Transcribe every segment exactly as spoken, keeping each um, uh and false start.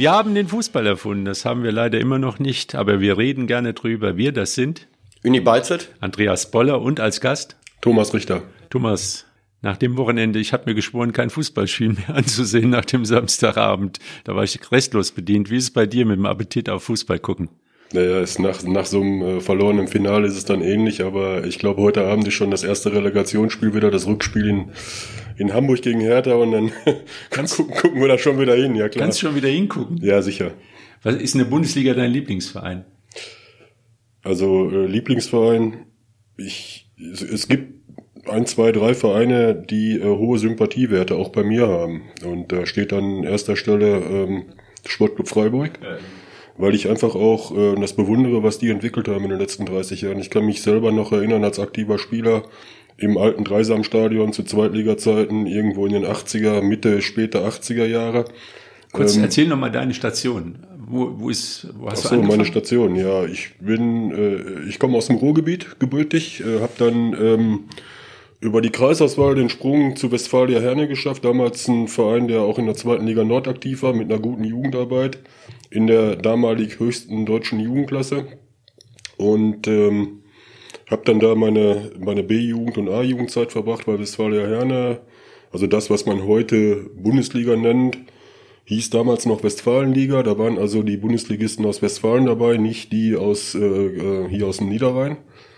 Wir haben den Fußball erfunden, das haben wir leider immer noch nicht, aber wir reden gerne drüber. Wir, das sind Uni Balzert, Andreas Boller und als Gast Thomas Richter. Thomas, nach dem Wochenende, ich habe mir geschworen, kein Fußballspiel mehr anzusehen nach dem Samstagabend. Da war ich restlos bedient. Wie ist es bei dir mit dem Appetit auf Fußball gucken? Naja, ist nach, nach so einem äh, verlorenen Finale ist es dann ähnlich, aber ich glaube, heute Abend ist schon das erste Relegationsspiel wieder, das Rückspiel in, in Hamburg gegen Hertha und dann kannst, gucken, gucken wir da schon wieder hin, ja klar. Kannst schon wieder hingucken? Ja, sicher. Was ist in der Bundesliga dein Lieblingsverein? Also äh, Lieblingsverein, ich es, es gibt ein, zwei, drei Vereine, die äh, hohe Sympathiewerte auch bei mir haben und da steht dann an erster Stelle ähm, Sportclub Freiburg. Ja. Weil ich einfach auch äh, das bewundere, was die entwickelt haben in den letzten dreißig Jahren. Ich kann mich selber noch erinnern als aktiver Spieler im alten Dreisamstadion zu Zweitliga-Zeiten, irgendwo in den achtziger, Mitte, späte achtziger Jahre. Kurz, ähm, erzähl nochmal deine Station. Wo, wo ist, wo hast ach du so, angefangen? Meine Station, ja. Ich bin, äh, ich komme aus dem Ruhrgebiet, gebürtig, äh, habe dann ähm, über die Kreisauswahl den Sprung zu Westfalia Herne geschafft. Damals ein Verein, der auch in der zweiten Liga Nord aktiv war, mit einer guten Jugendarbeit in der damalig höchsten deutschen Jugendklasse und ähm, habe dann da meine meine B-Jugend und A-Jugendzeit verbracht bei Westfalia Herne. Also das, was man heute Bundesliga nennt, hieß damals noch Westfalenliga. Da waren also die Bundesligisten aus Westfalen dabei, nicht die aus äh, hier aus dem Niederrhein.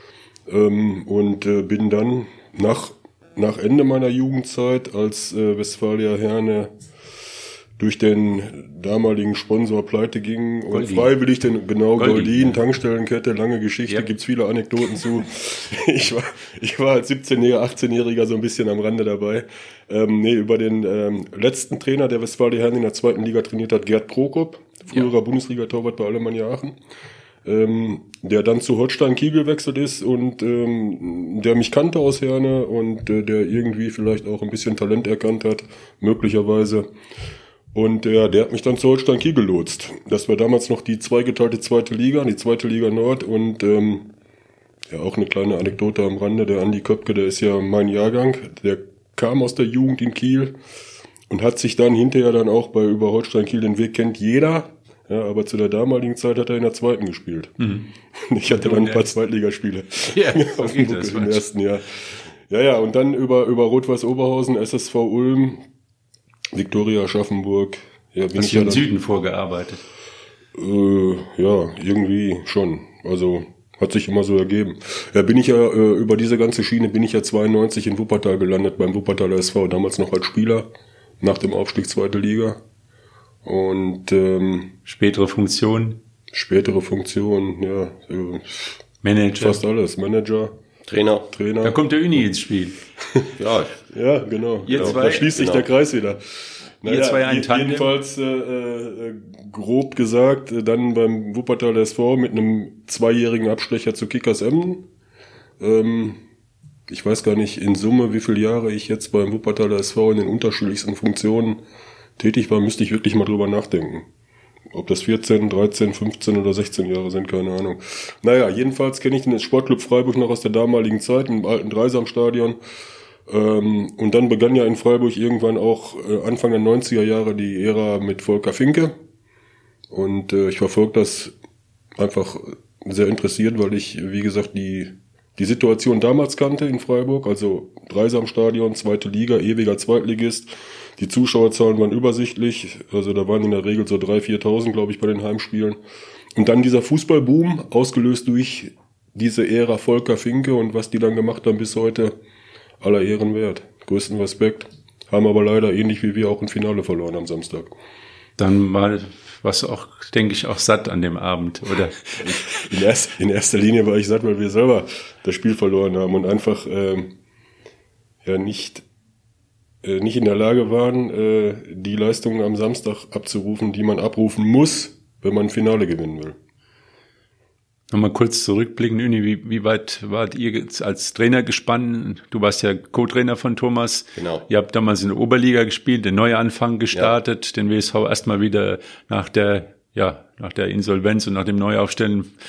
Ähm, und äh, bin dann nach nach Ende meiner Jugendzeit, als äh, Westfalia Herne durch den damaligen Sponsor pleite ging und Goldin. freiwillig den, genau, Goldin, Goldin, ja. Tankstellenkette, lange Geschichte, Ja. gibt's viele Anekdoten zu. Ich war, ich war als siebzehnjähriger, achtzehnjähriger so ein bisschen am Rande dabei. Ähm, nee, über den ähm, letzten Trainer, der Westfalia Herne in der zweiten Liga trainiert hat, Gerd Prokop, früherer Ja. Bundesliga-Torwart bei Alemannia Aachen. Ähm, der dann zu Holstein Kiel gewechselt ist und ähm, der mich kannte aus Herne und äh, der irgendwie vielleicht auch ein bisschen Talent erkannt hat, möglicherweise. Und der, der hat mich dann zu Holstein Kiel gelotst. Das war damals noch die zweigeteilte zweite Liga, die zweite Liga Nord und ähm, ja auch eine kleine Anekdote am Rande. Der Andi Köpke, der ist ja mein Jahrgang, der kam aus der Jugend in Kiel und hat sich dann hinterher dann auch bei über Holstein Kiel, den Weg kennt jeder. Ja, aber zu der damaligen Zeit hat er in der zweiten gespielt. Mhm. Ich hatte dann ein paar Zweitligaspiele Ja, auf dem Buckel im ersten Jahr. Ja, ja, und dann über über Rot-Weiß Oberhausen, S S V Ulm, Viktoria Aschaffenburg. Ja, bin Hast ich du ja im dann, Süden vorgearbeitet? Äh, ja, irgendwie schon. Also hat sich immer so ergeben. Ja, bin ich ja äh, über diese ganze Schiene bin ich ja zweiundneunzig in Wuppertal gelandet beim Wuppertaler S V, damals noch als Spieler nach dem Aufstieg zweite Liga. Und ähm, Spätere Funktion? Spätere Funktion, ja, äh, Manager? fast alles. Manager, Trainer. Trainer. Da kommt der Uni ins Spiel. Ja, Ja, genau. Ihr genau. zwei? Da schließt sich Genau. der Kreis wieder. Ihr zwei ein je- Tandem? Jedenfalls, äh, äh, grob gesagt, äh, dann beim Wuppertaler S V mit einem zweijährigen Abstecher zu Kickers Emden. Ähm, ich weiß gar nicht in Summe, wie viele Jahre ich jetzt beim Wuppertaler S V in den unterschiedlichsten Funktionen tätig war, müsste ich wirklich mal drüber nachdenken. Ob das vierzehn, dreizehn, fünfzehn oder sechzehn Jahre sind, keine Ahnung. Naja, jedenfalls kenne ich den Sportclub Freiburg noch aus der damaligen Zeit, im alten Dreisamstadion. Ähm, und dann begann ja in Freiburg irgendwann auch äh, Anfang der neunziger Jahre die Ära mit Volker Finke. Und äh, ich verfolge das einfach sehr interessiert, weil ich, wie gesagt, die die Situation damals kannte in Freiburg, also Dreisamstadion, zweite Liga, ewiger Zweitligist. Die Zuschauerzahlen waren übersichtlich, also da waren in der Regel so dreitausend, viertausend, glaube ich, bei den Heimspielen. Und dann dieser Fußballboom, ausgelöst durch diese Ära Volker Finke und was die dann gemacht haben bis heute, aller Ehren wert. Größten Respekt. Haben aber leider ähnlich wie wir auch ein Finale verloren am Samstag. Dann war was auch, denke ich, auch satt an dem Abend, oder? In, erst, in erster Linie war ich satt, weil wir selber das Spiel verloren haben und einfach ähm, ja nicht äh, nicht in der Lage waren, äh, die Leistungen am Samstag abzurufen, die man abrufen muss, wenn man ein Finale gewinnen will. Nochmal kurz zurückblicken, Uni, wie, wie weit wart ihr jetzt als Trainer gespannt? Du warst ja Co-Trainer von Thomas. Genau. Ihr habt damals in der Oberliga gespielt, den Neuanfang gestartet, ja. Den W S V erstmal wieder nach der, ja, nach der Insolvenz und nach dem Neuaufstellen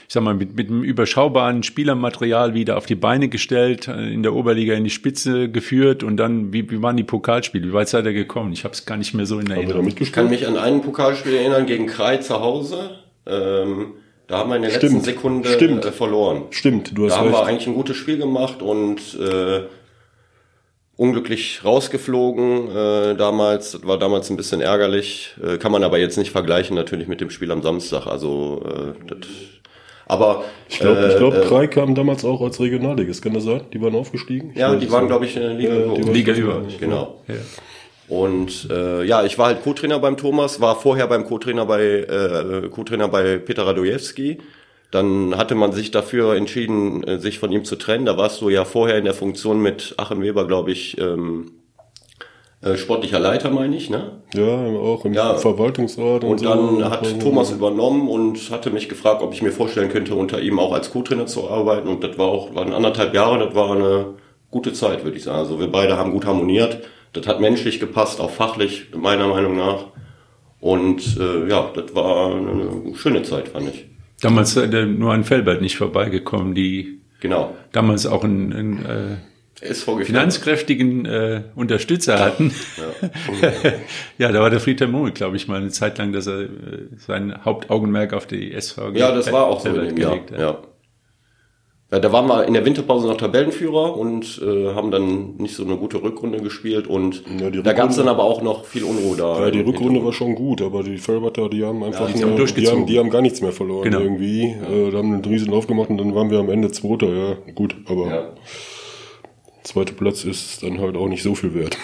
ich sag mal, mit, mit einem überschaubaren Spielermaterial wieder auf die Beine gestellt, in der Oberliga in die Spitze geführt und dann, wie, wie waren die Pokalspiele? Wie weit seid ihr gekommen? Ich habe es gar nicht mehr so in Erinnerung. Ich kann mich an einen Pokalspiel erinnern gegen Krai zu Hause. Ähm, da haben wir in der Stimmt. letzten Sekunde Stimmt. Äh, verloren. Stimmt, du hast Da haben recht. wir eigentlich ein gutes Spiel gemacht und äh, unglücklich rausgeflogen äh, damals. Das war damals ein bisschen ärgerlich. Äh, kann man aber jetzt nicht vergleichen natürlich mit dem Spiel am Samstag. Also äh, das, aber Ich glaube, äh, ich glaub, äh, Krai kam damals auch als Regionalligist, kann das sein? Die waren aufgestiegen? Ich ja, weiß die es waren nicht. glaube ich in der Liga Ja, über die uns. waren- Liga über. Genau. Ja. Und äh, ja, ich war halt Co-Trainer beim Thomas, war vorher beim Co-Trainer bei äh, Co-Trainer bei Peter Radojewski. Dann hatte man sich dafür entschieden, äh, sich von ihm zu trennen. Da warst du ja vorher in der Funktion mit Achim Weber, glaube ich, ähm, äh, sportlicher Leiter, meine ich, ne? Ja, auch im Ja. Verwaltungsrat und, Und so. dann hat Und- Thomas übernommen und hatte mich gefragt, ob ich mir vorstellen könnte, unter ihm auch als Co-Trainer zu arbeiten. Und das war auch, waren anderthalb Jahre, das war eine gute Zeit, würde ich sagen. Also wir beide haben gut harmoniert. Das hat menschlich gepasst, auch fachlich, meiner Meinung nach. Und äh, ja, das war eine schöne Zeit, fand ich. Damals seid ihr nur an Felbert nicht vorbeigekommen, die Genau. damals auch einen, einen äh, S V G finanzkräftigen äh, Unterstützer hatten. Ja. Ja, da war der Friedhelm Runge, glaube ich, mal eine Zeit lang, dass er äh, sein Hauptaugenmerk auf die S V G Ja, das war auch so in Felbert dem Jahr. gelegt hat. Ja. Ja, da waren wir in der Winterpause noch Tabellenführer und äh, haben dann nicht so eine gute Rückrunde gespielt und Ja, die da gab es Rückrunde- dann aber auch noch viel Unruhe da. Ja, die im Rückrunde war Hintergrund. schon gut, aber die Felberter, die haben einfach die haben nur, die, durchgezogen. haben, die haben gar nichts mehr verloren Genau. irgendwie. Äh, da haben einen riesen Lauf gemacht und dann waren wir am Ende Zweiter. Ja, gut, aber Ja. zweiter Platz ist dann halt auch nicht so viel wert.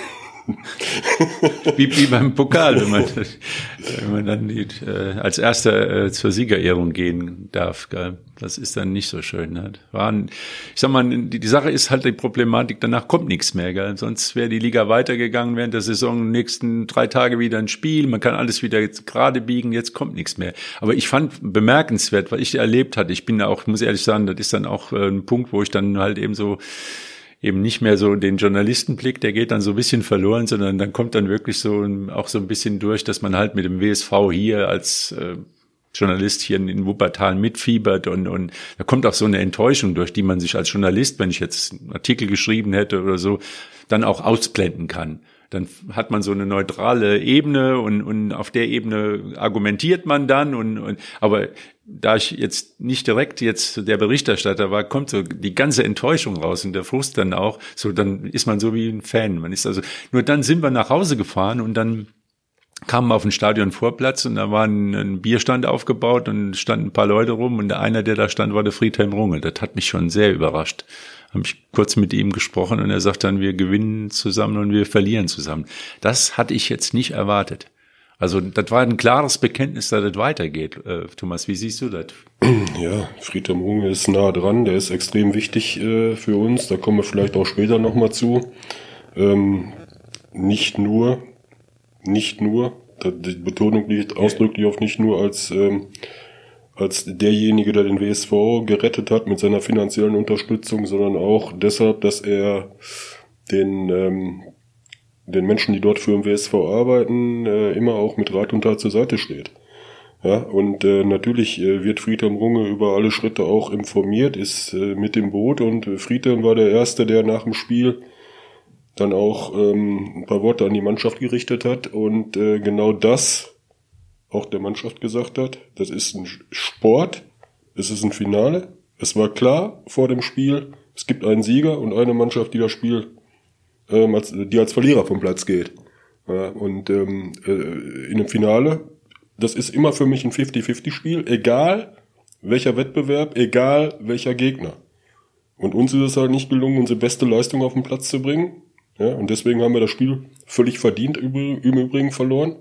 Wie, wie beim Pokal, wenn man, wenn man dann die, äh, als Erster äh, zur Siegerehrung gehen darf. Gell? Das ist dann nicht so schön. Ne? Waren, ich sag mal, die, die Sache ist halt die Problematik, danach kommt nichts mehr. Gell? Sonst wäre die Liga weitergegangen während der Saison, nächsten drei Tage wieder ein Spiel, man kann alles wieder jetzt gerade biegen, jetzt kommt nichts mehr. Aber ich fand bemerkenswert, was ich erlebt hatte, ich bin da auch, muss ehrlich sagen, das ist dann auch äh, ein Punkt, wo ich dann halt eben so eben nicht mehr so den Journalistenblick, der geht dann so ein bisschen verloren, sondern dann kommt dann wirklich so ein, auch so ein bisschen durch, dass man halt mit dem W S V hier als äh, Journalist hier in, in Wuppertal mitfiebert und, und da kommt auch so eine Enttäuschung durch, die man sich als Journalist, wenn ich jetzt einen Artikel geschrieben hätte oder so, dann auch ausblenden kann. Dann hat man so eine neutrale Ebene und, und auf der Ebene argumentiert man dann und, und aber da ich jetzt nicht direkt jetzt der Berichterstatter war, kommt so die ganze Enttäuschung raus und der Frust dann auch, so dann ist man so wie ein Fan. Man ist also, nur dann sind wir nach Hause gefahren und dann kamen wir auf den Stadionvorplatz und da war ein, ein Bierstand aufgebaut und standen ein paar Leute rum und der einer, der da stand, war der Friedhelm Runge. Das hat mich schon sehr überrascht. Habe ich kurz mit ihm gesprochen und er sagt dann, wir gewinnen zusammen und wir verlieren zusammen. Das hatte ich jetzt nicht erwartet. Also das war ein klares Bekenntnis, dass das weitergeht. Äh, Thomas, wie siehst du das? Ja, Friedhelm Runge ist nah dran, der ist extrem wichtig äh, für uns, da kommen wir vielleicht auch später nochmal zu. Ähm, nicht nur, nicht nur, die Betonung liegt ausdrücklich auf nicht nur als, ähm, als derjenige, der den W S V gerettet hat mit seiner finanziellen Unterstützung, sondern auch deshalb, dass er den, ähm, den Menschen, die dort für den W S V arbeiten, äh, immer auch mit Rat und Tat zur Seite steht. Ja, und äh, natürlich äh, wird Friedhelm Runge über alle Schritte auch informiert, ist äh, mit dem Boot und äh, Friedhelm war der Erste, der nach dem Spiel dann auch ähm, ein paar Worte an die Mannschaft gerichtet hat und äh, genau das auch der Mannschaft gesagt hat. Das ist ein Sport, es ist ein Finale. Es war klar vor dem Spiel, es gibt einen Sieger und eine Mannschaft, die das Spiel, ähm, als, die als Verlierer vom Platz geht. Ja, und ähm, äh, in dem Finale, das ist immer für mich ein fifty-fifty-Spiel, egal welcher Wettbewerb, egal welcher Gegner. Und uns ist es halt nicht gelungen, unsere beste Leistung auf den Platz zu bringen. Ja, und deswegen haben wir das Spiel völlig verdient im Übrigen verloren.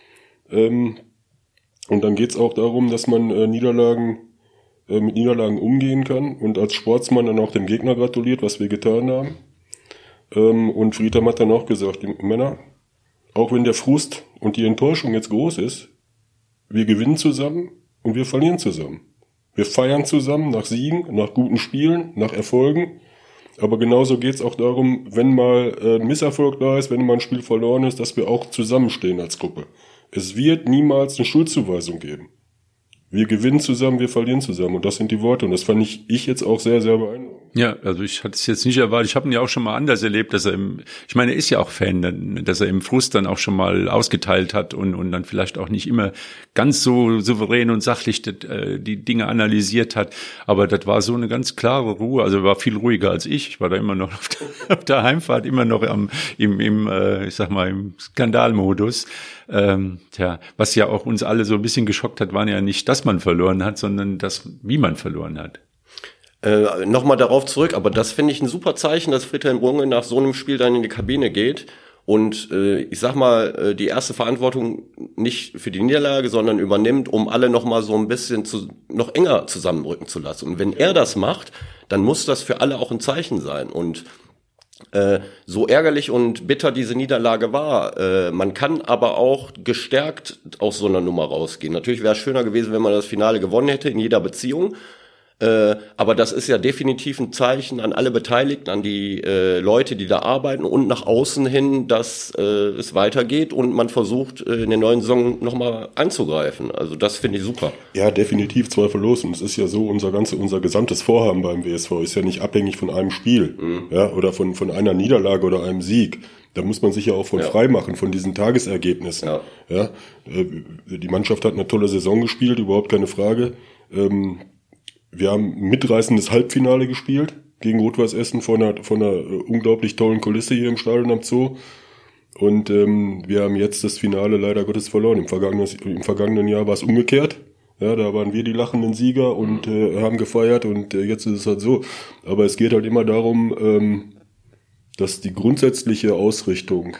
Ähm, und dann geht's auch darum, dass man äh, Niederlagen äh, mit Niederlagen umgehen kann und als Sportsmann dann auch dem Gegner gratuliert, was wir getan haben. Ähm, und Friedhelm hat dann auch gesagt, die Männer, auch wenn der Frust und die Enttäuschung jetzt groß ist, wir gewinnen zusammen und wir verlieren zusammen. Wir feiern zusammen nach Siegen, nach guten Spielen, nach Erfolgen. Aber genauso geht's auch darum, wenn mal ein Misserfolg da ist, wenn mal ein Spiel verloren ist, dass wir auch zusammenstehen als Gruppe. Es wird niemals eine Schuldzuweisung geben. Wir gewinnen zusammen, wir verlieren zusammen. Und das sind die Worte. Und das fand ich, ich jetzt auch sehr, sehr beeindruckend. Ja, also ich hatte es jetzt nicht erwartet. Ich habe ihn ja auch schon mal anders erlebt, dass er im, ich meine, er ist ja auch Fan, dass er im Frust dann auch schon mal ausgeteilt hat und, und dann vielleicht auch nicht immer ganz so souverän und sachlich die, die Dinge analysiert hat. Aber das war so eine ganz klare Ruhe. Also er war viel ruhiger als ich. Ich war da immer noch auf der, auf der Heimfahrt, immer noch am, im, im, äh, ich sag mal, im Skandalmodus. Ähm, tja, was ja auch uns alle so ein bisschen geschockt hat, war ja nicht, dass man verloren hat, sondern das, wie man verloren hat. Äh, Nochmal darauf zurück, aber das finde ich ein super Zeichen, dass Friedhelm Runge nach so einem Spiel dann in die Kabine geht und äh, ich sag mal, äh, die erste Verantwortung nicht für die Niederlage, sondern übernimmt, um alle nochmal so ein bisschen zu, noch enger zusammenrücken zu lassen. Und wenn er das macht, dann muss das für alle auch ein Zeichen sein. Und Äh, so ärgerlich und bitter diese Niederlage war, äh, man kann aber auch gestärkt aus so einer Nummer rausgehen. Natürlich wäre es schöner gewesen, wenn man das Finale gewonnen hätte in jeder Beziehung, äh, aber das ist ja definitiv ein Zeichen an alle Beteiligten, an die äh, Leute, die da arbeiten und nach außen hin, dass äh, es weitergeht und man versucht, äh, in der neuen Saison nochmal einzugreifen. Also das finde ich super. Ja, definitiv, zweifellos. Und es ist ja so, unser ganze, unser gesamtes Vorhaben beim W S V ist ja nicht abhängig von einem Spiel, mhm. ja, oder von, von einer Niederlage oder einem Sieg. Da muss man sich ja auch von ja. frei machen, von diesen Tagesergebnissen. Ja. Ja, die Mannschaft hat eine tolle Saison gespielt, überhaupt keine Frage. Ähm, Wir haben ein mitreißendes Halbfinale gespielt gegen Rot-Weiß Essen vor einer, vor einer unglaublich tollen Kulisse hier im Stadion am Zoo. Und ähm, wir haben jetzt das Finale leider Gottes verloren. Im vergangenen, im vergangenen Jahr war es umgekehrt. Ja, da waren wir die lachenden Sieger und äh, haben gefeiert und äh, jetzt ist es halt so. Aber es geht halt immer darum, ähm, dass die grundsätzliche Ausrichtung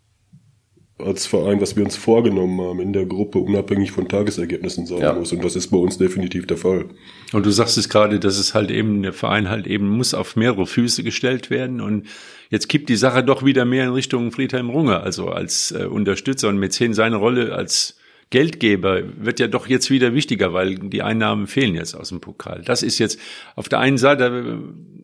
als Verein, was wir uns vorgenommen haben, in der Gruppe unabhängig von Tagesergebnissen sein ja. muss. Und das ist bei uns definitiv der Fall. Und du sagst es gerade, dass es halt eben, der Verein halt eben muss auf mehrere Füße gestellt werden. Und jetzt kippt die Sache doch wieder mehr in Richtung Friedhelm Runge, also als äh, Unterstützer und Mäzen. Seine Rolle als Geldgeber wird ja doch jetzt wieder wichtiger, weil die Einnahmen fehlen jetzt aus dem Pokal. Das ist jetzt auf der einen Seite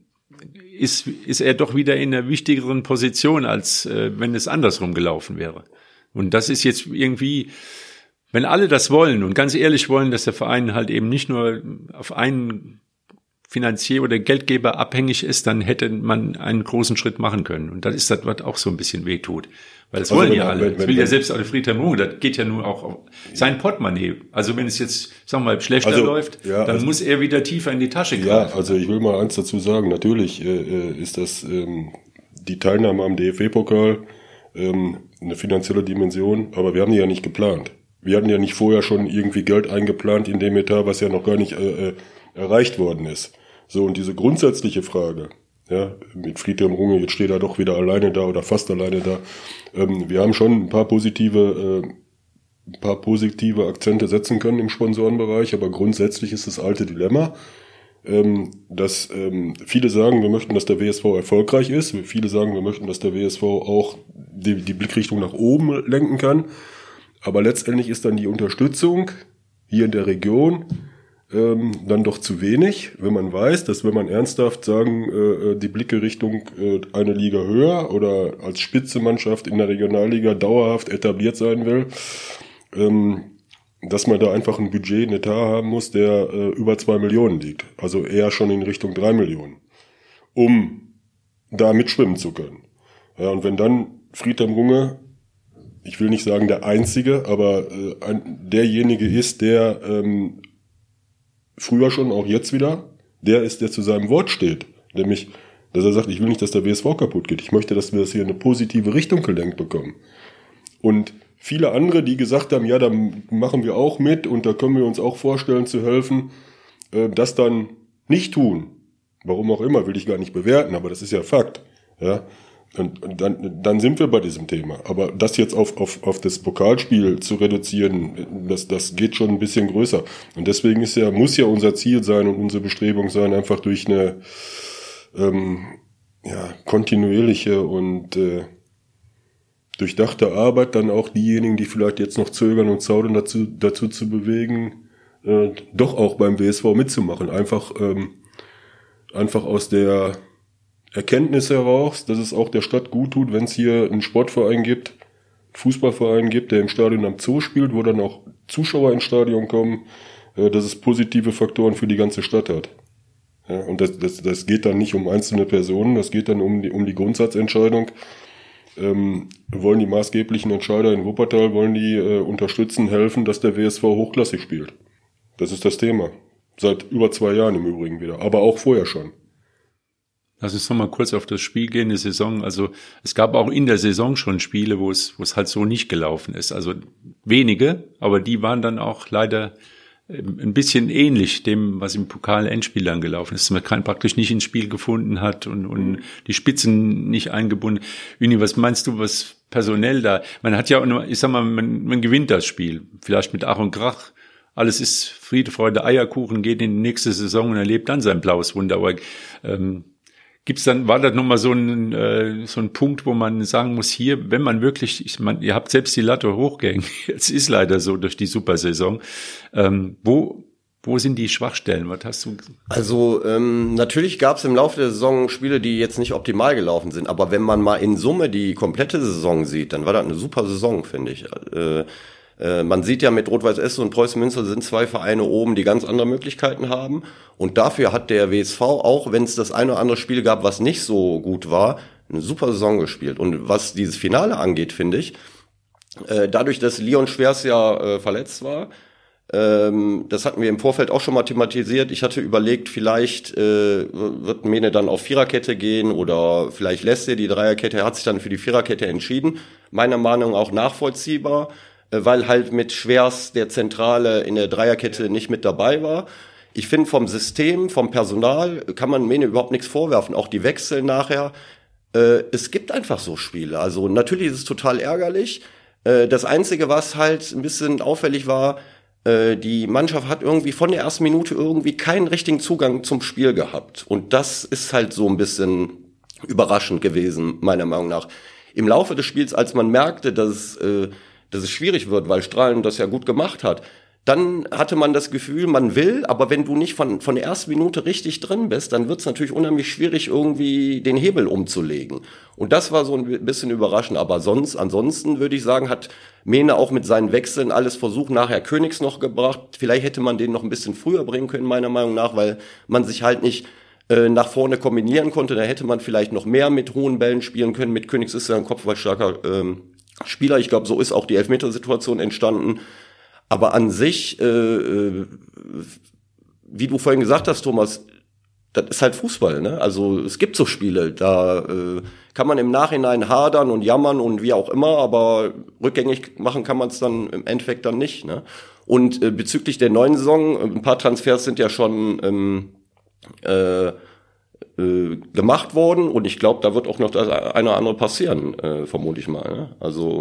ist, ist er doch wieder in einer wichtigeren Position, als äh, wenn es andersrum gelaufen wäre. Und das ist jetzt irgendwie, wenn alle das wollen und ganz ehrlich wollen, dass der Verein halt eben nicht nur auf einen Finanzier oder Geldgeber abhängig ist, dann hätte man einen großen Schritt machen können. Und das ist das, was auch so ein bisschen wehtut. Weil das also wollen ja alle. Wenn, wenn, das will ja selbst auch Friedhelm Runge, das geht ja nur auch auf sein Portemonnaie. Also wenn es jetzt, sagen wir mal, schlechter also, läuft, ja, dann also, muss er wieder tiefer in die Tasche greifen. Ja, also ich will mal eins dazu sagen. Natürlich äh, ist das ähm, die Teilnahme am D F B-Pokal ähm, eine finanzielle Dimension, aber wir haben die ja nicht geplant. Wir hatten ja nicht vorher schon irgendwie Geld eingeplant in dem Etat, was ja noch gar nicht äh, erreicht worden ist. So, und diese grundsätzliche Frage, ja, mit Friedhelm Runge, jetzt steht er doch wieder alleine da oder fast alleine da. Ähm, wir haben schon ein paar positive, äh, ein paar positive Akzente setzen können im Sponsorenbereich, aber grundsätzlich ist das alte Dilemma, ähm, dass ähm, viele sagen, wir möchten, dass der W S V erfolgreich ist. Viele sagen, wir möchten, dass der W S V auch die, die Blickrichtung nach oben lenken kann. Aber letztendlich ist dann die Unterstützung hier in der Region ähm, dann doch zu wenig, wenn man weiß, dass wenn man ernsthaft sagen, äh, die Blicke Richtung äh, eine Liga höher oder als Spitzenmannschaft in der Regionalliga dauerhaft etabliert sein will, ähm, dass man da einfach ein Budget, ein Etat haben muss, der äh, über zwei Millionen liegt. Also eher schon in Richtung drei Millionen, um da mitschwimmen zu können. Ja, und wenn dann Friedhelm Runge, ich will nicht sagen der Einzige, aber äh, ein, derjenige ist, der ähm, früher schon, auch jetzt wieder, der ist, der zu seinem Wort steht. Nämlich, dass er sagt, ich will nicht, dass der W S V kaputt geht. Ich möchte, dass wir das hier in eine positive Richtung gelenkt bekommen. Und viele andere, die gesagt haben, ja, da machen wir auch mit und da können wir uns auch vorstellen zu helfen, äh, das dann nicht tun. Warum auch immer, will ich gar nicht bewerten, aber das ist ja Fakt. Ja. Und dann, dann sind wir bei diesem Thema. Aber das jetzt auf, auf, auf das Pokalspiel zu reduzieren, das, das geht schon ein bisschen größer. Und deswegen ist ja, muss ja unser Ziel sein und unsere Bestrebung sein, einfach durch eine ähm, ja, kontinuierliche und äh, durchdachte Arbeit dann auch diejenigen, die vielleicht jetzt noch zögern und zaudern, dazu, dazu zu bewegen, äh, doch auch beim W S V mitzumachen. Einfach, ähm, einfach aus der Erkenntnis heraus, dass es auch der Stadt gut tut, wenn es hier einen Sportverein gibt, einen Fußballverein gibt, der im Stadion am Zoo spielt, wo dann auch Zuschauer ins Stadion kommen, äh, dass es positive Faktoren für die ganze Stadt hat. Ja, und das, das, das geht dann nicht um einzelne Personen, das geht dann um die, um die Grundsatzentscheidung. Ähm, wollen die maßgeblichen Entscheider in Wuppertal, wollen die äh, unterstützen, helfen, dass der W S V hochklassig spielt. Das ist das Thema. Seit über zwei Jahren im Übrigen wieder, aber auch vorher schon. Lass uns noch mal kurz auf das Spiel gehen, die Saison. Also es gab auch in der Saison schon Spiele, wo es, wo es halt so nicht gelaufen ist. Also wenige, aber die waren dann auch leider ein bisschen ähnlich dem, was im Pokal-Endspiel dann gelaufen ist, dass man kein, praktisch nicht ins Spiel gefunden hat und, und die Spitzen nicht eingebunden. Uni, was meinst du, was personell da? Man hat ja, ich sag mal, man, man gewinnt das Spiel, vielleicht mit Ach und Krach. Alles ist Friede, Freude, Eierkuchen, geht in die nächste Saison und erlebt dann sein blaues Wunder. Aber ähm, gibt's dann, war das nochmal so ein äh, so ein Punkt, wo man sagen muss, hier, wenn man wirklich, ich meine, ihr habt selbst die Latte hochgehängt, es ist leider so durch die Supersaison, ähm, wo wo sind die Schwachstellen? Was hast du? Also ähm, natürlich gab es im Laufe der Saison Spiele, die jetzt nicht optimal gelaufen sind, aber wenn man mal in Summe die komplette Saison sieht, dann war das eine super Saison, finde ich. Äh, Man sieht ja, mit Rot-Weiß Essen und Preußen Münster sind zwei Vereine oben, die ganz andere Möglichkeiten haben. Und dafür hat der W S V, auch wenn es das eine oder andere Spiel gab, was nicht so gut war, eine super Saison gespielt. Und was dieses Finale angeht, finde ich, äh, dadurch, dass Leon Schwers ja äh, verletzt war, ähm, das hatten wir im Vorfeld auch schon mal thematisiert. Ich hatte überlegt, vielleicht äh, wird Mene dann auf Viererkette gehen oder vielleicht lässt er die Dreierkette. Er hat sich dann für die Viererkette entschieden. Meiner Meinung nach auch nachvollziehbar, weil halt mit Schwers der Zentrale in der Dreierkette nicht mit dabei war. Ich finde, vom System, vom Personal kann man Mene überhaupt nichts vorwerfen. Auch die Wechsel nachher. Äh, es gibt einfach so Spiele. Also natürlich ist es total ärgerlich. Äh, das Einzige, was halt ein bisschen auffällig war, äh, die Mannschaft hat irgendwie von der ersten Minute irgendwie keinen richtigen Zugang zum Spiel gehabt. Und das ist halt so ein bisschen überraschend gewesen, meiner Meinung nach. Im Laufe des Spiels, als man merkte, dass es äh, dass es schwierig wird, weil Strahlen das ja gut gemacht hat, dann hatte man das Gefühl, man will, aber wenn du nicht von von der ersten Minute richtig drin bist, dann wird es natürlich unheimlich schwierig, irgendwie den Hebel umzulegen. Und das war so ein bisschen überraschend. Aber sonst, ansonsten würde ich sagen, hat Mene auch mit seinen Wechseln alles versucht, nachher Königs noch gebracht. Vielleicht hätte man den noch ein bisschen früher bringen können, meiner Meinung nach, weil man sich halt nicht äh, nach vorne kombinieren konnte. Da hätte man vielleicht noch mehr mit hohen Bällen spielen können. Mit Königs ist ja ein kopfballstarker ähm, Spieler. Ich glaube, so ist auch die Elfmetersituation entstanden. Aber an sich, äh, wie du vorhin gesagt hast, Thomas, das ist halt Fußball, ne? Also es gibt so Spiele, da äh, kann man im Nachhinein hadern und jammern und wie auch immer, aber rückgängig machen kann man es dann im Endeffekt dann nicht, ne? Und äh, bezüglich der neuen Saison, ein paar Transfers sind ja schon ähm, äh, gemacht worden und ich glaube, da wird auch noch das eine oder andere passieren, äh, vermute ich mal. Ne? Also,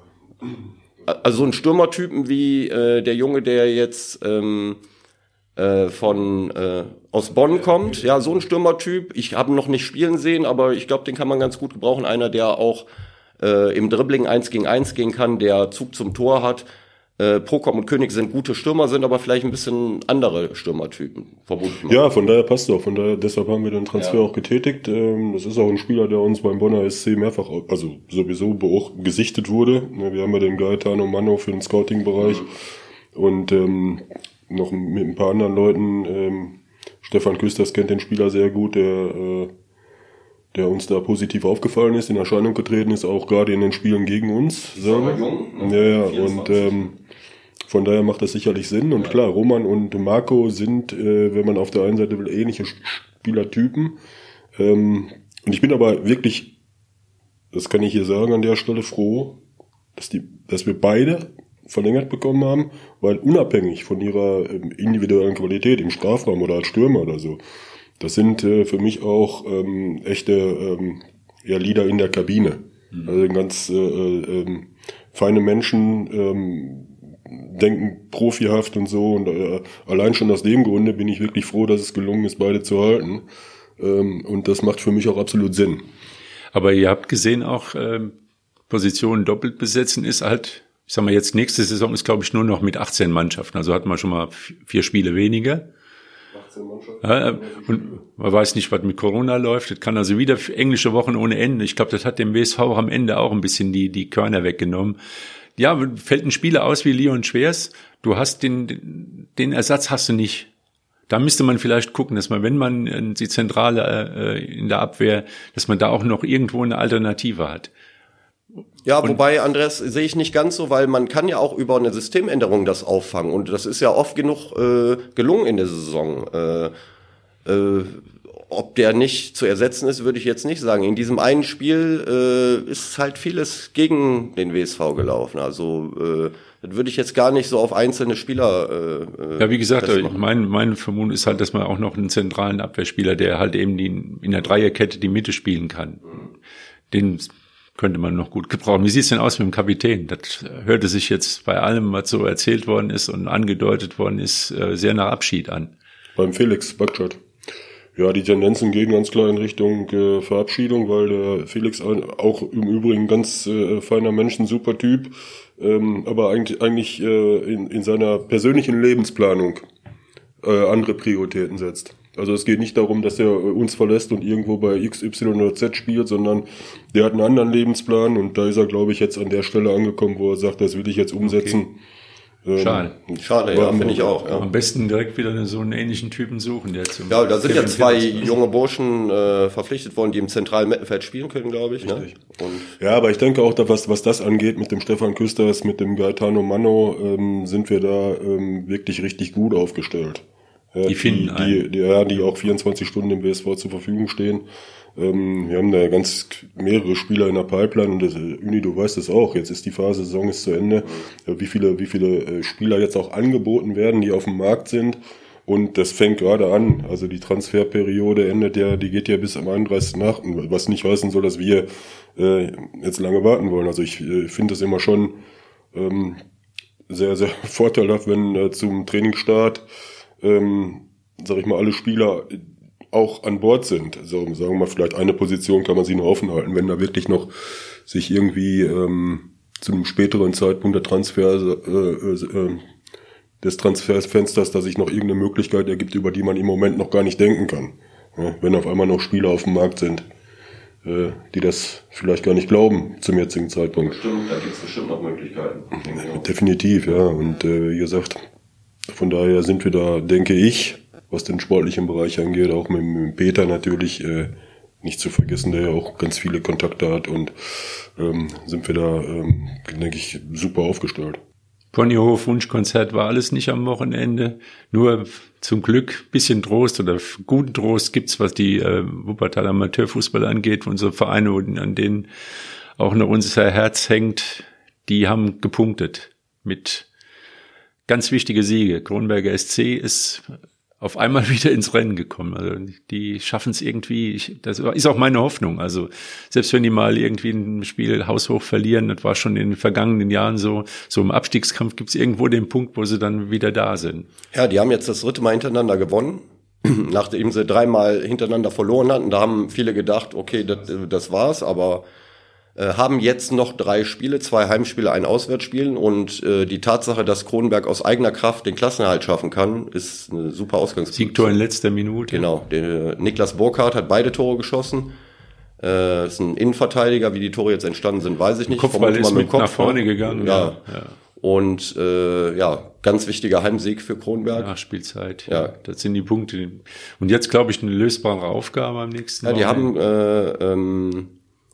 also so ein Stürmertypen wie äh, der Junge, der jetzt ähm, äh, von äh, aus Bonn kommt, ja, so ein Stürmertyp. Ich habe ihn noch nicht spielen sehen, aber ich glaube, den kann man ganz gut gebrauchen. Einer, der auch äh, im Dribbling eins gegen eins gehen kann, der Zug zum Tor hat. Äh, Procom und König sind gute Stürmer, sind aber vielleicht ein bisschen andere Stürmertypen, vermute ich mal. Ja, von daher passt es auch. Von daher, deshalb haben wir den Transfer ja auch getätigt. Ähm, das ist auch ein Spieler, der uns beim Bonner S C mehrfach, also sowieso auch gesichtet wurde. Wir haben ja den Gaetano Manno für den Scouting-Bereich mhm. und ähm, noch mit ein paar anderen Leuten. Ähm, Stefan Küsters kennt den Spieler sehr gut, der äh, der uns da positiv aufgefallen ist, in Erscheinung getreten ist, auch gerade in den Spielen gegen uns. So. Jung, ne? Ja, ja, und ähm, von daher macht das sicherlich Sinn. Und ja. Klar, Roman und Marco sind, äh, wenn man auf der einen Seite will, ähnliche Spielertypen. Ähm, und ich bin aber wirklich, das kann ich hier sagen an der Stelle, froh, dass die, dass wir beide verlängert bekommen haben, weil unabhängig von ihrer ähm, individuellen Qualität im Strafraum oder als Stürmer oder so, das sind äh, für mich auch ähm, echte ähm, ja, Leader in der Kabine. Mhm. Also ganz äh, äh, feine Menschen, ähm, denken profihaft und so. Und äh, allein schon aus dem Grunde bin ich wirklich froh, dass es gelungen ist, beide zu halten. Ähm, und das macht für mich auch absolut Sinn. Aber ihr habt gesehen, auch ähm, Positionen doppelt besetzen ist halt, ich sag mal jetzt, nächste Saison ist, glaube ich, nur noch mit achtzehn Mannschaften. Also hat man schon mal vier Spiele weniger. Ja, und man weiß nicht, was mit Corona läuft. Das kann also wieder englische Wochen ohne Ende. Ich glaube, das hat dem W S V am Ende auch ein bisschen die die Körner weggenommen. ja, fällt ein Spieler aus wie Leon Schwers, du hast den, den Ersatz hast du nicht. Da müsste man vielleicht gucken, dass man, wenn man die Zentrale äh, in der Abwehr, dass man da auch noch irgendwo eine Alternative hat. Ja, Und wobei, Andreas, sehe ich nicht ganz so, weil man kann ja auch über eine Systemänderung das auffangen. Und das ist ja oft genug äh, gelungen in der Saison. Äh, äh, ob der nicht zu ersetzen ist, würde ich jetzt nicht sagen. In diesem einen Spiel äh, ist halt vieles gegen den W S V gelaufen. Also äh, das würde ich jetzt gar nicht so auf einzelne Spieler äh, ja, wie gesagt, festmachen. mein, meine Vermutung ist halt, dass man auch noch einen zentralen Abwehrspieler, der halt eben die, in der Dreierkette die Mitte spielen kann. Den könnte man noch gut gebrauchen. Wie sieht's denn aus mit dem Kapitän? Das hörte sich jetzt bei allem, was so erzählt worden ist und angedeutet worden ist, sehr nach Abschied an. Beim Felix Backschott. Ja, die Tendenzen gehen ganz klar in Richtung äh, Verabschiedung, weil der Felix auch im Übrigen ganz äh, feiner Mensch, ein super Typ, ähm, aber eigentlich, eigentlich äh, in, in seiner persönlichen Lebensplanung äh, andere Prioritäten setzt. Also es geht nicht darum, dass er uns verlässt und irgendwo bei X, Y oder Z spielt, sondern der hat einen anderen Lebensplan und da ist er, glaube ich, jetzt an der Stelle angekommen, wo er sagt, das will ich jetzt umsetzen. Okay. Schade. Ähm, Schade, ja, finde ich auch. Ja. Am besten direkt wieder so einen ähnlichen Typen suchen, der zum Ja, da sind Kevin ja zwei Phillips junge Burschen äh, verpflichtet worden, die im zentralen Mittelfeld spielen können, glaube ich. Ne? Und ja, aber ich denke auch, dass, was, was das angeht, mit dem Stefan Küsters, mit dem Gaetano Manno, ähm, sind wir da ähm, wirklich richtig gut aufgestellt. Ja, die finden die, die, ja, die auch vierundzwanzig Stunden im W S V zur Verfügung stehen. Ähm, wir haben da ganz mehrere Spieler in der Pipeline und das, Uni, du weißt es auch, jetzt ist die Phase, Saison ist zu Ende, mhm. wie viele, wie viele äh, Spieler jetzt auch angeboten werden, die auf dem Markt sind und das fängt gerade an, also die Transferperiode endet ja, die geht ja bis am einunddreißigsten achten, was nicht heißen soll, dass wir äh, jetzt lange warten wollen, also ich äh, finde das immer schon ähm, sehr, sehr vorteilhaft, wenn äh, zum Trainingsstart ähm, sag ich mal, alle Spieler auch an Bord sind. Also sagen wir mal, vielleicht eine Position kann man sich noch offen halten, wenn da wirklich noch sich irgendwie ähm, zu einem späteren Zeitpunkt der Transfer äh, äh, des Transferfensters, dass sich noch irgendeine Möglichkeit ergibt, über die man im Moment noch gar nicht denken kann. Ja, wenn auf einmal noch Spieler auf dem Markt sind, äh, die das vielleicht gar nicht glauben zum jetzigen Zeitpunkt. Stimmt, da gibt es bestimmt noch Möglichkeiten. Ja, definitiv, ja. Und äh, wie gesagt, von daher sind wir da, denke ich, was den sportlichen Bereich angeht, auch mit, mit Peter natürlich äh, nicht zu vergessen, der ja auch ganz viele Kontakte hat und ähm, sind wir da, ähm, denke ich, super aufgestellt. Ponyhof, Wunschkonzert war alles nicht am Wochenende. Nur zum Glück bisschen Trost oder guten Trost gibt's, was die äh, Wuppertal Amateurfußball angeht. Unsere Vereine, an denen auch noch unser Herz hängt, die haben gepunktet mit ganz wichtige Siege. Kronberger S C ist auf einmal wieder ins Rennen gekommen. Also die schaffen es irgendwie, ich, das ist auch meine Hoffnung. Also selbst wenn die mal irgendwie ein Spiel haushoch verlieren, das war schon in den vergangenen Jahren so, so im Abstiegskampf gibt es irgendwo den Punkt, wo sie dann wieder da sind. Ja, die haben jetzt das dritte Mal hintereinander gewonnen, nachdem sie dreimal hintereinander verloren hatten. Da haben viele gedacht, okay, das, das war's, aber äh, haben jetzt noch drei Spiele, zwei Heimspiele, ein Auswärtsspiel und äh, die Tatsache, dass Kronberg aus eigener Kraft den Klassenerhalt schaffen kann, ist eine super Ausgangsposition. Siegtor in letzter Minute. Genau, der Niklas Burkhardt hat beide Tore geschossen. Äh, ist ein Innenverteidiger, wie die Tore jetzt entstanden sind, weiß ich nicht. Kopfball ist mit, mit Kopf, nach vorne gegangen. Ja. ja. Und äh, ja, ganz wichtiger Heimsieg für Kronberg. Nachspielzeit. Ja, das sind die Punkte. Und jetzt glaube ich eine lösbare Aufgabe am nächsten Mal. Ja, die Mal. haben äh, ähm,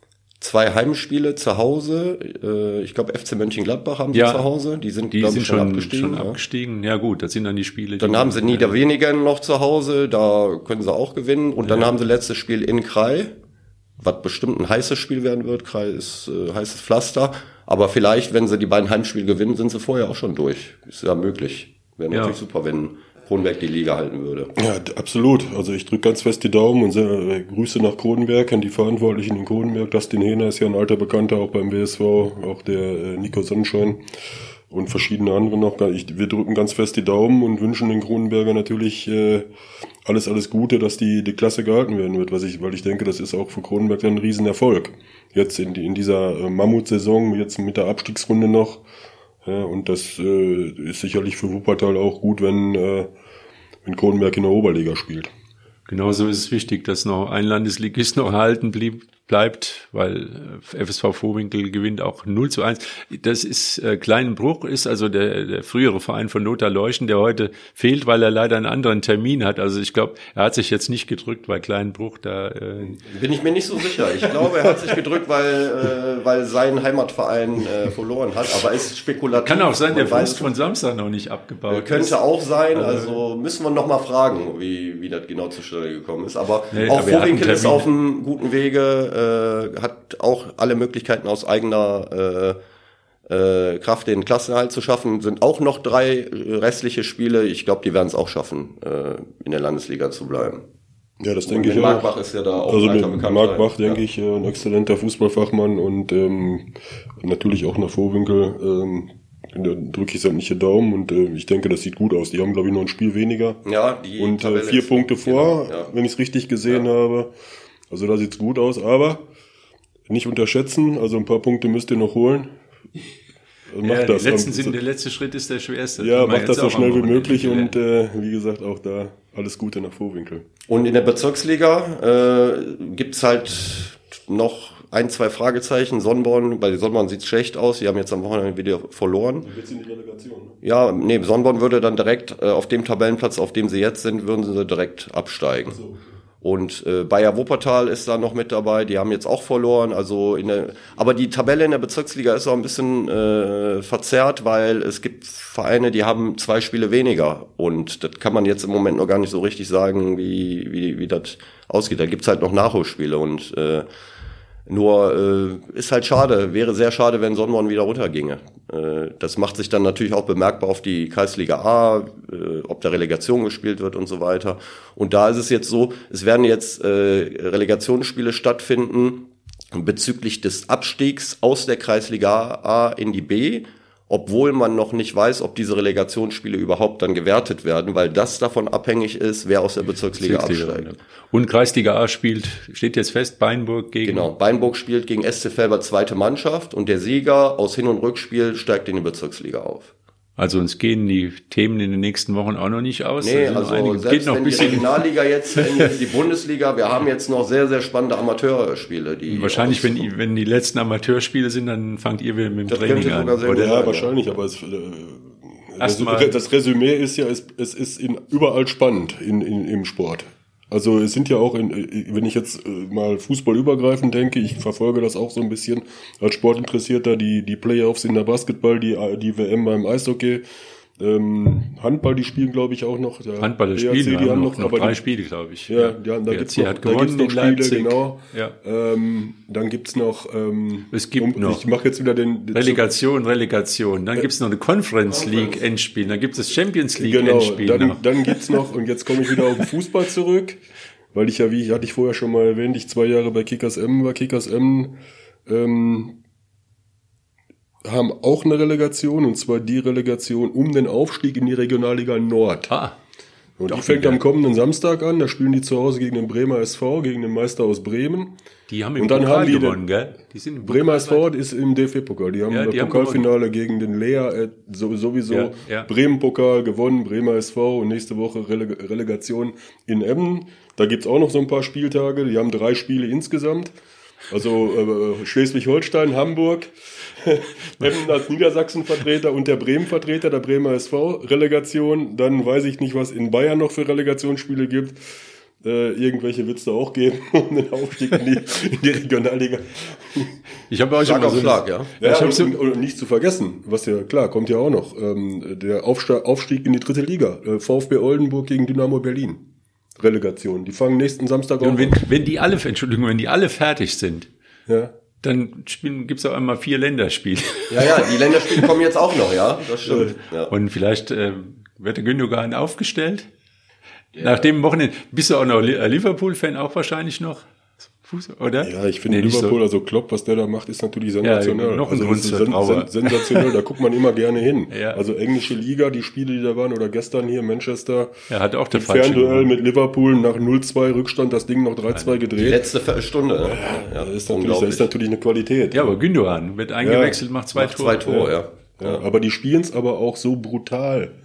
zwei Heimspiele zu Hause. Äh, ich glaube, F C Mönchengladbach haben sie ja, zu Hause. Die sind, die glaube ich, ich, schon, schon abgestiegen. Schon ja. abgestiegen. Ja gut, das sind dann die Spiele. Dann die haben sie Niederwenigen noch zu Hause. Da können sie auch gewinnen. Und dann ja. haben sie letztes Spiel in Krai, was bestimmt ein heißes Spiel werden wird. Krai ist äh, heißes Pflaster. Aber vielleicht, wenn sie die beiden Heimspiele gewinnen, sind sie vorher auch schon durch. Ist ja möglich. Wäre ja. natürlich super, wenn Kronberg die Liga halten würde. Ja, absolut. Also ich drücke ganz fest die Daumen und äh, Grüße nach Kronberg an die Verantwortlichen in Kronberg. Dustin Hehner ist ja ein alter Bekannter, auch beim W S V, auch der äh, Nico Sonnenschein und verschiedene andere noch. Ich, wir drücken ganz fest die Daumen und wünschen den Kronenberger natürlich äh, alles, alles Gute, dass die die Klasse gehalten werden wird, was ich, weil ich denke, das ist auch für Kronenberg ein Riesenerfolg. Jetzt in, die, in dieser äh, Mammutsaison, jetzt mit der Abstiegsrunde noch. Ja, und das äh, ist sicherlich für Wuppertal auch gut, wenn, äh, wenn Kronenberg in der Oberliga spielt. Genauso ist es wichtig, dass noch ein Landesligist noch erhalten blieb, bleibt, weil F S V Vohwinkel gewinnt auch null zu eins. Das ist, äh, Kleinenbruch ist also der, der frühere Verein von Lothar Leuschen, der heute fehlt, weil er leider einen anderen Termin hat. Also ich glaube, er hat sich jetzt nicht gedrückt, weil Kleinenbruch da... Äh Bin ich mir nicht so sicher. Ich glaube, er hat sich gedrückt, weil, äh, weil sein Heimatverein äh, verloren hat, aber es ist spekulativ. Kann auch sein, der Fuß von Samstag noch nicht abgebaut äh, Könnte ist. auch sein, also müssen wir noch mal fragen, wie, wie das genau zustande gekommen ist. Aber nee, auch aber Vohwinkel ist auf einem guten Wege, äh, hat auch alle Möglichkeiten aus eigener äh, äh, Kraft den Klassenerhalt zu schaffen. Sind auch noch drei restliche Spiele. Ich glaube, die werden es auch schaffen, äh, in der Landesliga zu bleiben. Ja, das denke ich auch. Marc Bach ist ja da auch also weiter bekannt. Marc Bach, ja. denke ich, ein exzellenter Fußballfachmann und ähm, natürlich auch nach Vohwinkel. Ähm, da drücke ich sämtliche Daumen und äh, ich denke, das sieht gut aus. Die haben, glaube ich, noch ein Spiel weniger. Ja, die und äh, vier Punkte vor, genau, ja. wenn ich es richtig gesehen ja. habe. Also da sieht's gut aus, aber nicht unterschätzen, also ein paar Punkte müsst ihr noch holen. Also macht ja, das. Letzten sind, der letzte Schritt ist der schwerste. Ja, macht das so schnell wie möglich und äh, wie gesagt, auch da alles Gute nach Vohwinkel. Und in der Bezirksliga äh, gibt's halt noch ein, zwei Fragezeichen. Sonnborn, bei Sonnborn sieht's schlecht aus. Die haben jetzt am Wochenende wieder verloren. Dann wird's in die Relegation, ne? Ja, nee, Sonnborn würde dann direkt äh, auf dem Tabellenplatz, auf dem sie jetzt sind, würden sie direkt absteigen. Ach so, okay. Und äh, Bayer Wuppertal ist da noch mit dabei. Die haben jetzt auch verloren. Also in der, aber die Tabelle in der Bezirksliga ist auch ein bisschen äh, verzerrt, weil es gibt Vereine, die haben zwei Spiele weniger. Und das kann man jetzt im Moment noch gar nicht so richtig sagen, wie wie wie das ausgeht. Da gibt's halt noch Nachholspiele und äh, Nur äh, ist halt schade, wäre sehr schade, wenn Sonnborn wieder runterginge. Äh, das macht sich dann natürlich auch bemerkbar auf die Kreisliga A, äh, ob da Relegation gespielt wird und so weiter. Und da ist es jetzt so, es werden jetzt äh, Relegationsspiele stattfinden bezüglich des Abstiegs aus der Kreisliga A in die B, obwohl man noch nicht weiß, ob diese Relegationsspiele überhaupt dann gewertet werden, weil das davon abhängig ist, wer aus der Bezirksliga, Bezirksliga absteigt. Und Kreisliga A spielt, steht jetzt fest, Beinburg gegen... Genau, Beinburg spielt gegen S C Velbert zweite Mannschaft und der Sieger aus Hin- und Rückspiel steigt in die Bezirksliga auf. Also uns gehen die Themen in den nächsten Wochen auch noch nicht aus. Nee, also einige, selbst geht noch wenn ein bisschen die Regionalliga jetzt, wenn die Bundesliga, wir haben jetzt noch sehr, sehr spannende Amateurspiele. Die wahrscheinlich, wenn die, wenn die letzten Amateurspiele sind, dann fangt ihr wieder mit dem das Training an. Oder? Ja, wahrscheinlich, aber es, äh, das, das Resümee ist ja, es, es ist in, überall spannend in, in, im Sport. Also es sind ja auch, in, wenn ich jetzt mal fußballübergreifend denke, ich verfolge das auch so ein bisschen als Sportinteressierter, die die Playoffs in der Basketball, die die W M beim Eishockey, ähm, Handball, die spielen glaube ich auch noch. Der Handball, das Spiel, die haben noch, noch drei die, Spiele, glaube ich. Ja, ja da gibt's noch, hat gewonnen da gibt's noch Spiele, Leipzig. Genau. Ja. Ähm, dann gibt's noch, ähm, es gibt um, noch ich mache jetzt wieder den, den Relegation, Relegation. Dann äh, gibt's noch eine Conference League Endspiel, dann gibt's das Champions League genau, Endspiel. Dann, noch. dann gibt's noch und jetzt komme ich wieder auf den Fußball zurück. Weil ich ja, wie hatte ich vorher schon mal erwähnt, ich zwei Jahre bei Kickers Emmen war. Kickers Emmen ähm, haben auch eine Relegation, und zwar die Relegation um den Aufstieg in die Regionalliga Nord. Ah, und die fängt am kommenden Samstag an, da spielen die zu Hause gegen den Bremer S V, gegen den Meister aus Bremen. Die haben im und dann Pokal haben die gewonnen, den, gell? Die sind im Bremer S V ist im D F B-Pokal. Die haben ja, das Pokalfinale haben gegen den Lea äh, so, sowieso ja, ja. Bremen-Pokal gewonnen, Bremer S V, und nächste Woche Releg- Relegation in Emmen. Da gibt's auch noch so ein paar Spieltage. Die haben drei Spiele insgesamt. Also äh, Schleswig-Holstein, Hamburg, Emmen als Niedersachsen-Vertreter und der Bremen-Vertreter, der Bremer S V, Relegation. Dann weiß ich nicht, was in Bayern noch für Relegationsspiele gibt. Äh, irgendwelche wird's da auch geben, um den Aufstieg in die, in die Regionalliga. Ich habe auch schon Schlag auf so Schlag, ja. ja ich und, so und, und nicht zu vergessen, was ja klar, kommt ja auch noch, ähm, der Aufstieg, Aufstieg in die dritte Liga. Äh, VfB Oldenburg gegen Dynamo Berlin. Relegation. Die fangen nächsten Samstag an. Wenn, wenn die alle, Entschuldigung, wenn die alle fertig sind, ja. dann spielen, gibt's auch einmal vier Länderspiele. Ja, ja, die Länderspiele kommen jetzt auch noch, ja, das stimmt. Ja. Und vielleicht äh, wird der Gündogan aufgestellt. Ja. Nach dem Wochenende bist du auch noch Liverpool-Fan, auch wahrscheinlich noch, Fuß, oder? Ja, ich finde nee, Liverpool, so. also Klopp, was der da macht, ist natürlich sensationell. Ja, noch ein also Grund sen- sen- sensationell, da guckt man immer gerne hin. Ja. Also englische Liga, die Spiele, die da waren, oder gestern hier Manchester. Er hat auch der Fernduell mit Liverpool nach null zwei Rückstand, das Ding noch drei zwei gedreht. Die letzte Viertelstunde. Ne? Ja, das ist, natürlich, das ist natürlich eine Qualität. Ja, aber Gündogan wird eingewechselt, ja. macht zwei macht Tore. Zwei Tore, ja. Ja. Ja. Aber die spielen es aber auch so brutal. Ja.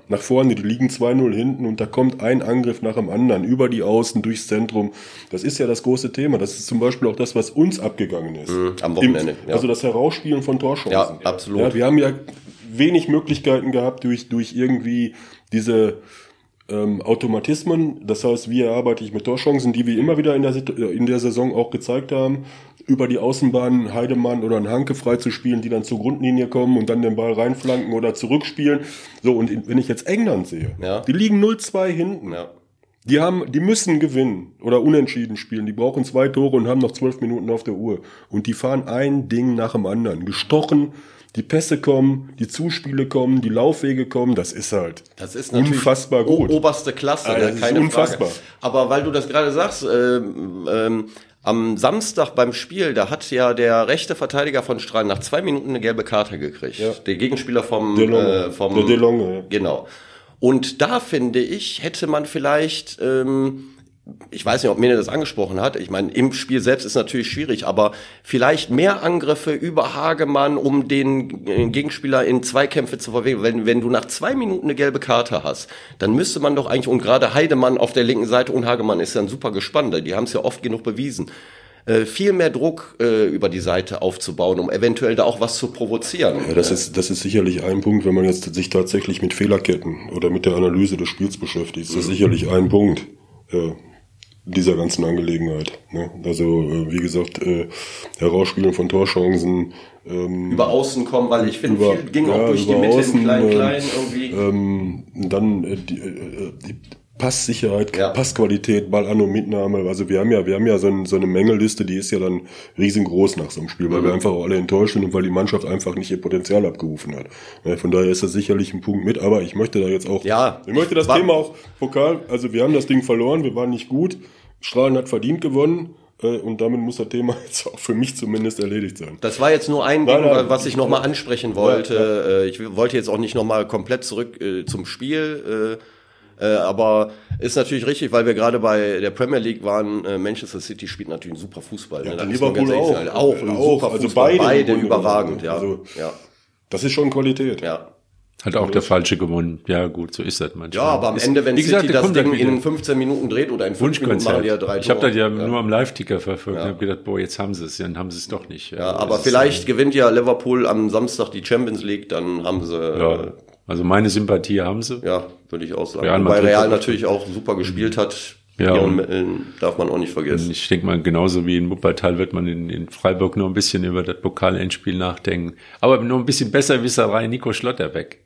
nach vorne, die liegen zwei null hinten und da kommt ein Angriff nach dem anderen, über die Außen, durchs Zentrum. Das ist ja das große Thema. Das ist zum Beispiel auch das, was uns abgegangen ist. Mhm, am Wochenende. Im, also das Herausspielen von Torchancen. Ja, absolut. Ja, wir haben ja wenig Möglichkeiten gehabt durch, durch irgendwie diese ähm, Automatismen. Das heißt, wie arbeite ich mit Torchancen, die wir immer wieder in der, in der Saison auch gezeigt haben, über die Außenbahn Heidemann oder einen Hanke frei zu spielen, die dann zur Grundlinie kommen und dann den Ball reinflanken oder zurückspielen. So, und wenn ich jetzt England sehe, ja. die liegen null zwei hinten. Ja. Die haben, die müssen gewinnen oder unentschieden spielen. Die brauchen zwei Tore und haben noch zwölf Minuten auf der Uhr. Und die fahren ein Ding nach dem anderen. Gestochen, die Pässe kommen, die Zuspiele kommen, die Laufwege kommen. Das ist halt das ist unfassbar gut. Oberste Klasse, also ne? das Keine ist unfassbar. Frage. Aber weil du das gerade sagst, ähm, ähm, am Samstag beim Spiel, da hat ja der rechte Verteidiger von Strahlen nach zwei Minuten eine gelbe Karte gekriegt. Ja. Der Gegenspieler vom, DeLonge. äh, vom der DeLonge, ja. Genau. Und da finde ich, hätte man vielleicht, ähm, ich weiß nicht, ob Mene das angesprochen hat, ich meine, im Spiel selbst ist natürlich schwierig, aber vielleicht mehr Angriffe über Hagemann, um den Gegenspieler in Zweikämpfe zu verwickeln. Wenn, wenn du nach zwei Minuten eine gelbe Karte hast, dann müsste man doch eigentlich, und gerade Heidemann auf der linken Seite und Hagemann ist ja ein super Gespannt, die haben es ja oft genug bewiesen, äh, viel mehr Druck äh, über die Seite aufzubauen, um eventuell da auch was zu provozieren. Ja, das ist, das ist sicherlich ein Punkt, wenn man jetzt sich tatsächlich mit Fehlerketten oder mit der Analyse des Spiels beschäftigt, ist das mhm. sicherlich ein Punkt. Ja. Dieser ganzen Angelegenheit. Ne? Also, äh, wie gesagt, äh, Herausspielen von Torchancen. Ähm, über Außen kommen, weil ich finde, viel ging ja, auch durch die Mitte außen, in klein, äh, klein irgendwie. Ähm, dann äh, die, äh, die Passsicherheit, ja. Passqualität, Ballan- und Mitnahme. Also wir haben ja, wir haben ja so, ein, so eine Mängelliste, die ist ja dann riesengroß nach so einem Spiel, weil mhm. wir einfach auch alle enttäuscht sind und weil die Mannschaft einfach nicht ihr Potenzial abgerufen hat. Ja, von daher ist das sicherlich ein Punkt mit, aber ich möchte da jetzt auch, ja, ich möchte das Thema auch Pokal, also wir haben das Ding verloren, wir waren nicht gut, Strahlen hat verdient gewonnen. Und damit muss das Thema jetzt auch für mich zumindest erledigt sein. Das war jetzt nur ein nein, Ding, nein, was ich nochmal ansprechen wollte. Ja, ja. Ich wollte jetzt auch nicht nochmal komplett zurück äh, zum Spiel. Äh, äh, aber ist natürlich richtig, weil wir gerade bei der Premier League waren. Äh, Manchester City spielt natürlich einen super Fußball. Ja, ne? Liverpool auch. Sagen. Auch, ein auch. super also Fußball. beide, beide überragend. Ja. Also, ja. Das ist schon Qualität. Ja. Hat auch der Falsche gewonnen. Ja, gut, so ist das manchmal. Ja, aber am ist, Ende, wenn gesagt, City das Ding in fünfzehn Minuten dreht oder in fünf Minuten machen die ja drei Tore. Ich habe das ja, ja nur am Live-Ticker verfolgt ja. und habe gedacht, boah, jetzt haben sie es. Dann haben sie es doch nicht. Ja, ja aber vielleicht gewinnt ja Liverpool am Samstag die Champions League, dann haben sie... Ja, also meine Sympathie haben sie. Ja, würde ich auch sagen. Real Wobei Real natürlich auch super gespielt hat. Ja, ihren Mitteln darf man auch nicht vergessen. Ich denke mal, genauso wie in Wuppertal wird man in, in Freiburg noch ein bisschen über das Pokal-Endspiel nachdenken. Aber nur ein bisschen besser Wisserei Nico Schlotterbeck.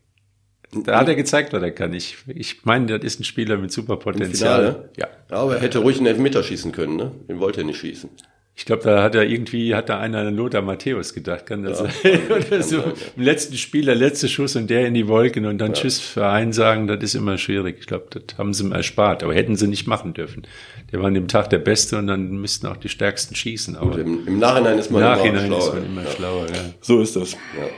Da hat er gezeigt, was er kann. Ich, ich meine, das ist ein Spieler mit super Potenzial. Ja. ja, aber er hätte ruhig einen Elfmeter schießen können, ne? Den wollte er nicht schießen. Ich glaube, da hat er irgendwie, hat da einer an Lothar Matthäus gedacht, kann das ja, sein? Oder so. Sein, ja. Im letzten Spiel, der letzte Schuss und der in die Wolken und dann ja. Tschüss für einen sagen, das ist immer schwierig. Ich glaube, das haben sie ihm erspart, aber hätten sie nicht machen dürfen. Der war an dem Tag der Beste und dann müssten auch die Stärksten schießen. Aber Gut, im, im Nachhinein ist man im Nachhinein immer schlauer. Ist man immer ja. schlauer, ja. So ist das. Ja.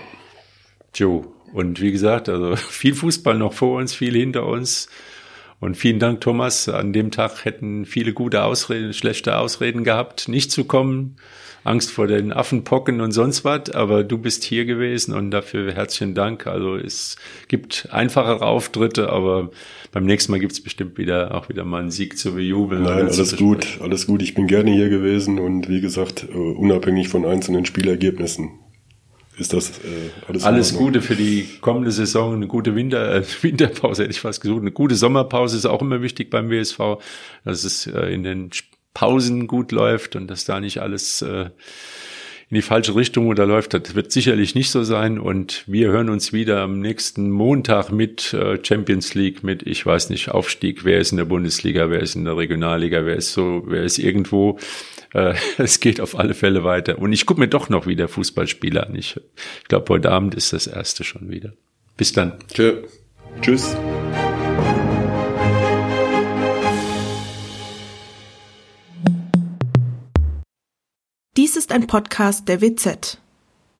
Joe. Und wie gesagt, also viel Fußball noch vor uns, viel hinter uns. Und vielen Dank, Thomas. An dem Tag hätten viele gute Ausreden, schlechte Ausreden gehabt, nicht zu kommen. Angst vor den Affenpocken und sonst was. Aber du bist hier gewesen und dafür herzlichen Dank. Also es gibt einfachere Auftritte, aber beim nächsten Mal gibt's bestimmt wieder auch wieder mal einen Sieg zu bejubeln. Nein, alles gut, alles gut. Ich bin gerne hier gewesen und wie gesagt, unabhängig von einzelnen Spielergebnissen. Ist das äh, alles alles Gute für die kommende Saison, eine gute Winter, äh, Winterpause hätte ich fast gesucht, eine gute Sommerpause ist auch immer wichtig beim W S V, dass es äh, in den Pausen gut läuft und dass da nicht alles äh, in die falsche Richtung oder läuft. Das wird sicherlich nicht so sein und wir hören uns wieder am nächsten Montag mit äh, Champions League, mit, ich weiß nicht, Aufstieg, wer ist in der Bundesliga, wer ist in der Regionalliga, wer ist so, wer ist irgendwo. Es geht auf alle Fälle weiter. Und ich gucke mir doch noch wieder Fußballspiele an. Ich, ich glaube, heute Abend ist das erste schon wieder. Bis dann. Tschö. Tschüss. Dies ist ein Podcast der W Z.